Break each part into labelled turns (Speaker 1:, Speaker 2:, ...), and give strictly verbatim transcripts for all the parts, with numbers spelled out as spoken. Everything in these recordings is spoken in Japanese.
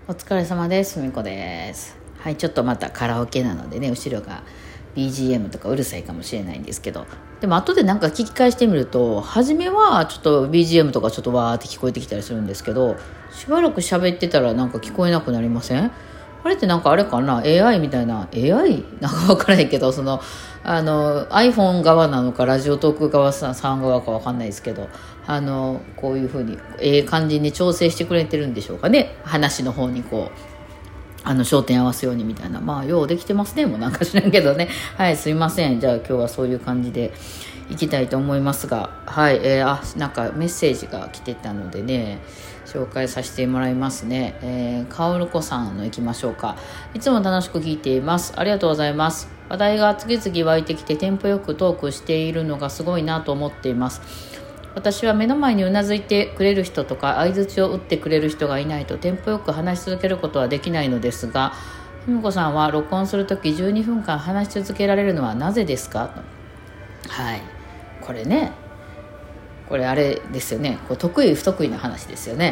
Speaker 1: お疲れ様です。みこです。はい、ちょっとまたカラオケなのでね、後ろが ビージーエム とかうるさいかもしれないんですけど、でも後でなんか聞き返してみると、初めはちょっと ビージーエム とかちょっとわーって聞こえてきたりするんですけど、しばらく喋ってたらなんか聞こえなくなりません？あれってなんかあれかな エーアイ みたいな エーアイ なんか分からへんけど、そのあの iPhone 側なのかラジオトーク側さん側か分かんないですけど、あのこういう風にええ感じに調整してくれてるんでしょうかね。話の方にこうあの焦点合わすようにみたいな、まあようできてますね。もうなんか知らんけどね。はい、すいません。じゃあ今日はそういう感じでいきたいと思いますが、はい、えー、あなんかメッセージが来てたのでね、紹介させてもらいますね。えー、かおるこさんのいきましょうか。いつも楽しく聞いています。ありがとうございます。話題が次々湧いてきてテンポよくトークしているのがすごいなと思っています。私は目の前にうなずいてくれる人とか相槌を打ってくれる人がいないとテンポよく話し続けることはできないのですが、ふみこさんは録音するときじゅうにふんかん話し続けられるのはなぜですかと。はい、これね、これあれですよね、こう得意不得意な話ですよね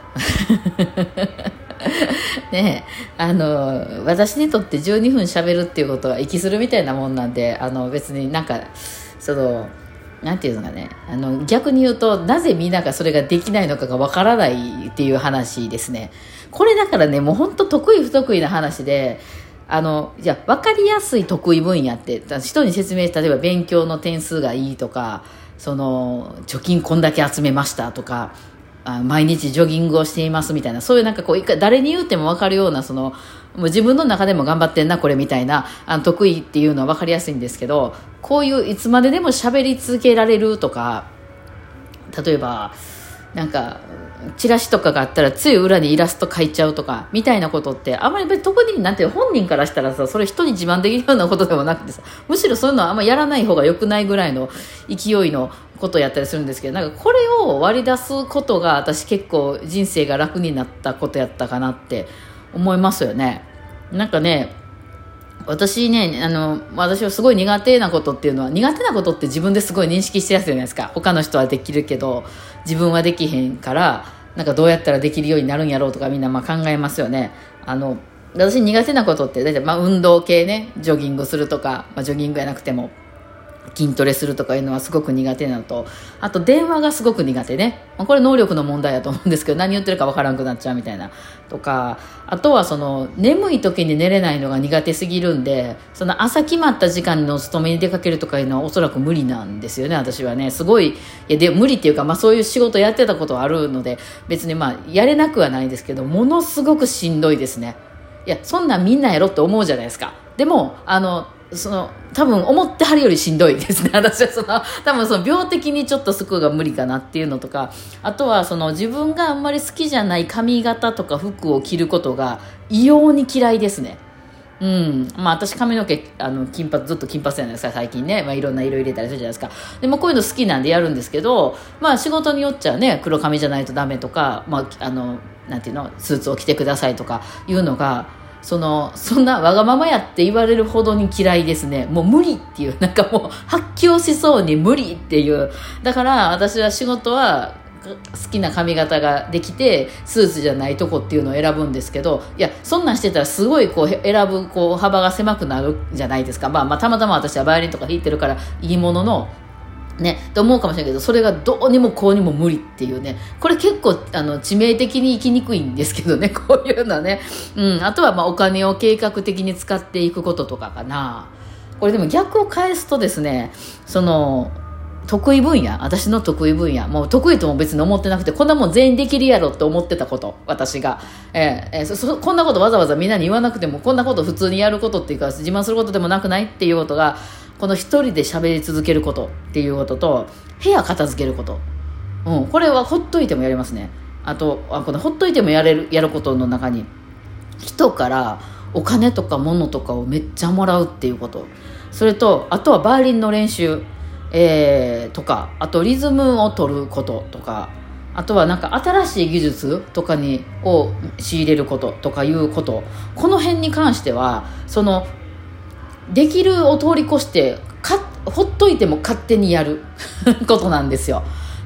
Speaker 1: ねえ、あの私にとってじゅうにふん喋るっていうことは息するみたいなもんなんで、あの別になんかそのなんていうのかね、あの逆に言うとなぜみんながそれができないのかがわからないっていう話ですね。これだからね、もう本当得意不得意な話で、あのじゃあ分かりやすい得意分野って人に説明、例えば勉強の点数がいいとか、その貯金こんだけ集めましたとか、あ毎日ジョギングをしていますみたいな、そういうなんかこう誰に言うても分かるような、そのもう自分の中でも頑張ってんなこれみたいな、あの得意っていうのは分かりやすいんですけど、こういういつまででも喋り続けられるとか、例えばなんかチラシとかがあったらつい裏にイラスト描いちゃうとかみたいなことって、あんまり特になんていう本人からしたらさ、それ人に自慢できるようなことでもなくてさ、むしろそういうのはあんまやらない方が良くないぐらいの勢いのことをやったりするんですけど、なんかこれを割り出すことが私結構人生が楽になったことやったかなって思いますよね。なんかね、私ね、あの私はすごい苦手なことっていうのは、苦手なことって自分ですごい認識してるじゃないですか。他の人はできるけど自分はできへんから、なんかどうやったらできるようになるんやろうとかみんなまあ考えますよね。あの私苦手なことって大体まあ運動系ね、ジョギングするとか、まあ、ジョギングやなくても筋トレするとかいうのはすごく苦手なのと、あと電話がすごく苦手ね。これ能力の問題だと思うんですけど、何言ってるか分からなくなっちゃうみたいなとか、あとはその眠い時に寝れないのが苦手すぎるんで、その朝決まった時間の勤めに出かけるとかいうのはおそらく無理なんですよね。私はね、すごい、いやで無理っていうか、まあそういう仕事やってたことはあるので別にまあやれなくはないですけど、ものすごくしんどいですね。いやそんなんみんなやろって思うじゃないですか。でもあのその多分思ってはるよりしんどいですね。私はその多分その病的にちょっとすくが無理かなっていうのとか、あとはその自分があんまり好きじゃない髪型とか服を着ることが異様に嫌いですね。うん、まあ私髪の毛あの金髪、ずっと金髪じゃないですか最近ね、まあ、いろんな色入れたりするじゃないですか。でもこういうの好きなんでやるんですけど、まあ仕事によっちゃね、黒髪じゃないとダメとか、まああのなんていうの、スーツを着てくださいとかいうのが、そのそんなわがままやって言われるほどに嫌いですね。もう無理っていう、なんかもう発狂しそうに無理っていう。だから私は仕事は好きな髪型ができてスーツじゃないとこっていうのを選ぶんですけど、いやそんなんしてたらすごいこう選ぶこう幅が狭くなるじゃないですか。まあまあたまたま私はバイオリンとか弾いてるからいいもののね、と思うかもしれないけど、それがどうにもこうにも無理っていうね、これ結構あの致命的に生きにくいんですけどね、こういうのはね、うん、あとはまあお金を計画的に使っていくこととかかな。これでも逆を返すとですね、その得意分野、私の得意分野、もう得意とも別に思ってなくて、こんなもん全員できるやろって思ってたこと、私が、えーえー、そそこんなことわざわざみんなに言わなくても、こんなこと普通にやることっていうか自慢することでもなくないっていうことが、この一人で喋り続けることっていうことと、部屋片付けること、うん、これはほっといてもやりますね。あとあこのほっといてもやれるやることの中に、人からお金とか物とかをめっちゃもらうっていうこと、それとあとはバイオリンの練習、えー、とか、あとリズムを取ることとか、あとはなんか新しい技術とかにを仕入れることとかいうこと、この辺に関してはそのできるを通り越してかほっといても勝手にやることなんですよ。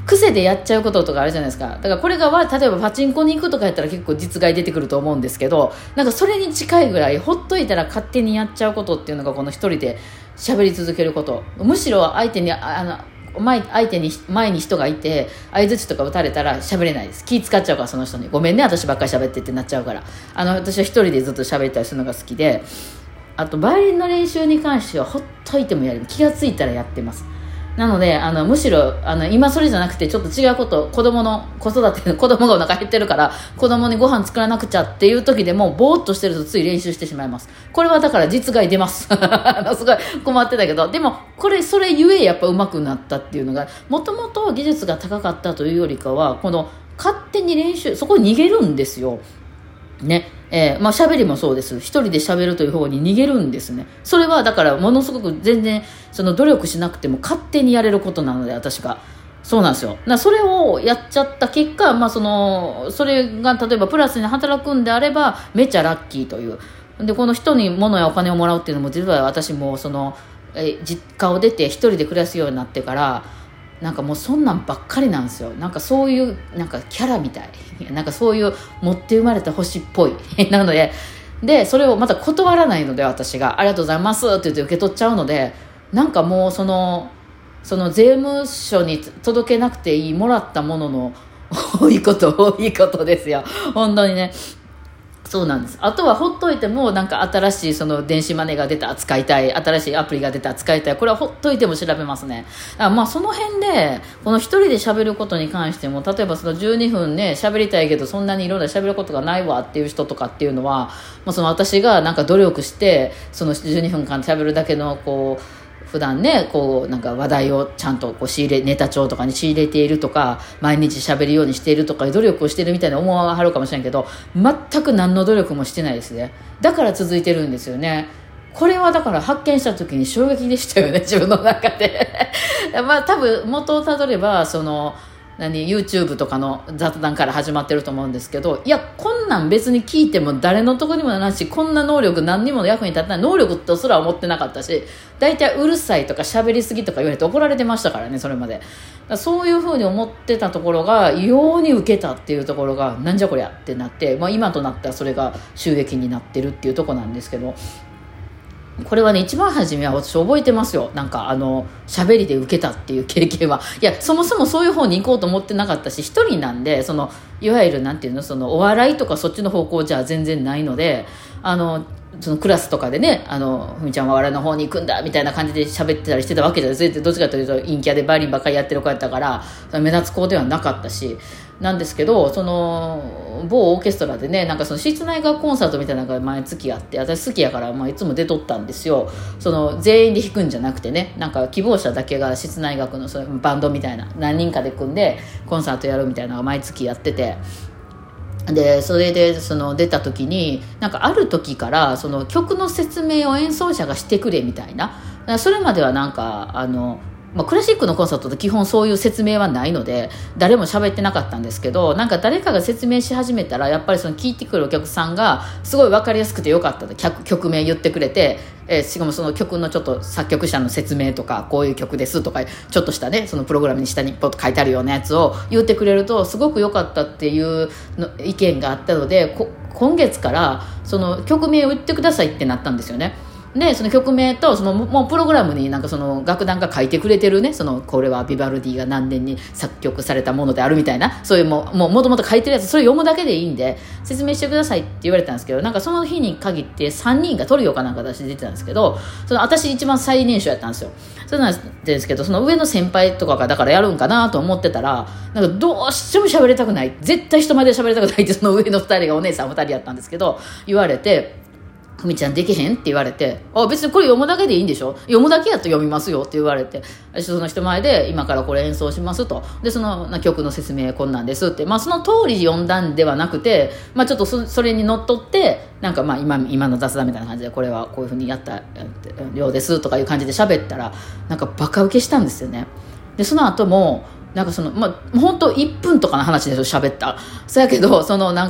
Speaker 1: 癖でやっちゃうこととかあるじゃないですか。だからこれが例えばパチンコに行くとかやったら結構実害出てくると思うんですけど、なんかそれに近いぐらいほっといたら勝手にやっちゃうことっていうのがこの一人で喋り続けること。むしろ相手にあの前相手に前に人がいて相槌とか打たれたら喋れないです。気使っちゃうから、その人にごめんね私ばっかり喋ってってなっちゃうから。あの私は一人でずっと喋ったりするのが好きで、あとバイオリンの練習に関してはほっといてもやる、気がついたらやってます。なのであのむしろあの今それじゃなくてちょっと違うこと、子供の子育て子供がお腹減ってるから子供にご飯作らなくちゃっていう時でもぼーっとしてるとつい練習してしまいます。これはだから実害出ますあのすごい困ってたけど、でもこれそれゆえやっぱ上手くなったっていうのが、もともと技術が高かったというよりかはこの勝手に練習、そこに逃げるんですよね。えー、まあ喋りもそうです。一人で喋るという方に逃げるんですね。それはだからものすごく全然その努力しなくても勝手にやれることなので、私がそうなんですよ。なそれをやっちゃった結果、まあそのそれが例えばプラスに働くんであればめっちゃラッキーという。でこの人に物やお金をもらうっていうのも実は私もそのえ実家を出て一人で暮らすようになってからなんかもうそんなんばっかりなんですよ。なんかそういうなんかキャラみたいなんかそういう持って生まれた星っぽいなのででそれをまた断らないので、私がありがとうございますって言って受け取っちゃうので、なんかもうそのその税務署に届けなくていいもらったものの多いこと多いことですよ本当にね。そうなんです。あとはほっといてもなんか新しいその電子マネーが出た使いたい、新しいアプリが出た使いたい、これはほっといても調べますね。あまあその辺でこの一人で喋ることに関しても、例えばそのじゅうにふんね喋りたいけどそんなにいろんな喋ることがないわっていう人とかっていうのは、まあ、その私がなんか努力してそのじゅうにふんかん喋るだけのこう普段ねこうなんか話題をちゃんとこう仕入れネタ帳とかに仕入れているとか毎日喋るようにしているとか努力をしているみたいな思わはるかもしれないけど、全く何の努力もしてないですね。だから続いてるんですよね。これはだから発見した時に衝撃でしたよね、自分の中でまあ多分元をたどればその何 YouTube とかの雑談から始まってると思うんですけど、いやこんなん別に聞いても誰のとこにもならんし、こんな能力何にも役に立たない能力とすら思ってなかったし、大体うるさいとか喋りすぎとか言われて怒られてましたからね、それまで。だからそういう風に思ってたところが異様に受けたっていうところがなんじゃこりゃってなって、まあ、今となったらそれが収益になってるっていうところなんですけど、これはね一番初めは私覚えてますよ。なんかあの喋りで受けたっていう経験は、いやそもそもそういう方に行こうと思ってなかったし、一人なんでそのいわゆるなんていうのそのお笑いとかそっちの方向じゃ全然ないので、あのそのクラスとかでね、あのふみちゃんはお笑いの方に行くんだみたいな感じで喋ってたりしてたわけじゃないです。どっちかというと陰キャでバイオリンばっかりやってる子やったから目立つ子ではなかったしなんですけど、その某オーケストラでねなんかその室内楽コンサートみたいなのが毎月あって、私好きやから、まあ、いつも出とったんですよ。その全員で弾くんじゃなくてね、なんか希望者だけが室内楽のそのバンドみたいな何人かで組んでコンサートやるみたいなのが毎月やってて、でそれでその出た時になんかある時からその曲の説明を演奏者がしてくれみたいな、それまではなんかあのまあ、クラシックのコンサートって基本そういう説明はないので誰も喋ってなかったんですけど、なんか誰かが説明し始めたらやっぱりその聞いてくるお客さんがすごい分かりやすくてよかったで 曲, 曲名言ってくれて、えー、しかもその曲のちょっと作曲者の説明とかこういう曲ですとかちょっとしたねそのプログラムに下にポッと書いてあるようなやつを言ってくれるとすごく良かったっていうの意見があったので、こ今月からその曲名を言ってくださいってなったんですよね。でその曲名とそのもうプログラムになんかその楽団が書いてくれてるね、そのこれはビバルディが何年に作曲されたものであるみたいな、そういうもうもともと書いてるやつそれ読むだけでいいんで説明してくださいって言われたんですけど、なんかその日に限ってさんにんがトリオかなんか出して出てたんですけど、その私一番最年少やったんですよ。そうなんですけどその上の先輩とかがだからやるんかなと思ってたら、なんかどうしても喋りたくない、絶対人前で喋りたくないってその上のふたりがお姉さんふたりやったんですけど言われて、ふみちゃんできへんって言われて、あ別にこれ読むだけでいいんでしょ、読むだけやと読みますよって言われて、その人前で今からこれ演奏しますと、でその曲の説明こんなんですって、まあ、その通り読んだんではなくて、まあ、ちょっと そ, それにのっとってなんかまあ 今, 今の雑談みたいな感じでこれはこういうふうにやったようですとかいう感じで喋ったらなんかバカ受けしたんですよね。でその後もなんかそのまあ本当いっぷんとかの話ですよ喋った。そうやけどそのなんか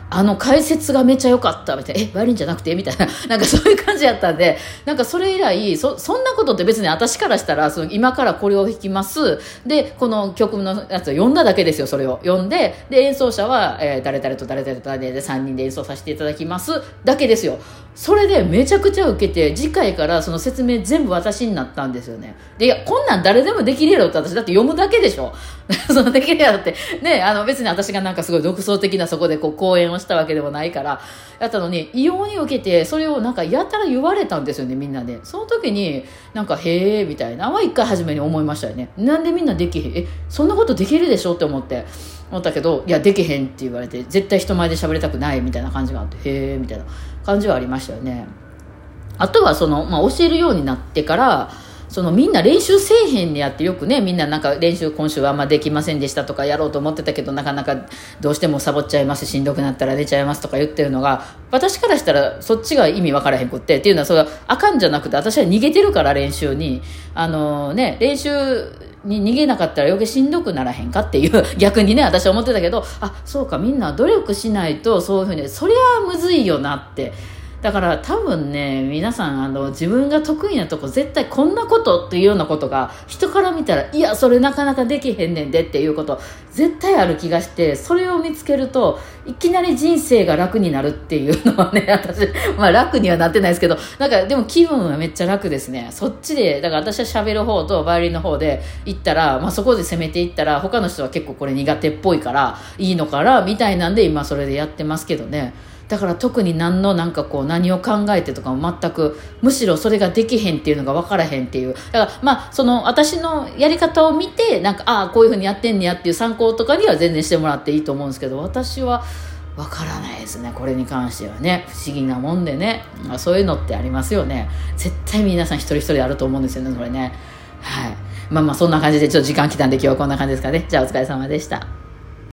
Speaker 1: あの解説がめっちゃ良かったみたいな、えバイオリンじゃなくてみたいな、なんかそういう感じやったんで、なんかそれ以来 そ, そんなことって別に私からしたら、その今からこれを弾きますでこの曲のやつを読んだだけですよ。それを読んで、で演奏者は、えー、誰々と誰々と誰々でさんにんで演奏させていただきますだけですよ。それでめちゃくちゃ受けて、次回からその説明全部私になったんですよね。でいやこんなん誰でもできるやろって、私だって読むだけでしょそのできるやろってね、あの別に私がなんかすごい独創的なそこでこう講演をしたわけでもないからやったのに、異様に受けて、それをなんかやたら言われたんですよね、みんなで。その時になんかへえみたいなは一回初めに思いましたよね。なんでみんなできへん、えそんなことできるでしょって思って思ったけど、いやできへんって言われて、絶対人前で喋りたくないみたいな感じがあって、へえみたいな感じはありましたよね。あとはその、まあ、教えるようになってから、そのみんな練習せえへんにやって、よくねみんななんか練習今週はあんまできませんでしたとか、やろうと思ってたけどなかなかどうしてもサボっちゃいます、しんどくなったら寝ちゃいますとか言ってるのが、私からしたらそっちが意味分からへんくって、っていうのはそれはあかんじゃなくて、私は逃げてるから練習に、あのね練習に逃げなかったら余計しんどくならへんかっていう逆にね私は思ってたけど、あそうかみんな努力しないとそういうふうに、そりゃむずいよなって。だから多分ね皆さんあの自分が得意なとこ、絶対こんなことっていうようなことが人から見たら、いやそれなかなかできへんねんでっていうこと絶対ある気がして、それを見つけるといきなり人生が楽になるっていうのはね、私まあ楽にはなってないですけど、なんかでも気分はめっちゃ楽ですね。そっちでだから私は喋る方とバイオリンの方で行ったら、まあ、そこで攻めていったら他の人は結構これ苦手っぽいからいいのかなみたいなんで今それでやってますけどね。だから特に何のなんかこう何を考えてとかも全く、むしろそれができへんっていうのが分からへんっていう、だからまあその私のやり方を見てなんか、ああこういう風にやってんねやっていう参考とかには全然してもらっていいと思うんですけど、私は分からないですね、これに関してはね。不思議なもんでね、まあ、そういうのってありますよね。絶対皆さん一人一人あると思うんですよね、これね。はい、まあまあそんな感じでちょっと時間来たんで今日はこんな感じですかね。じゃあお疲れ様でした。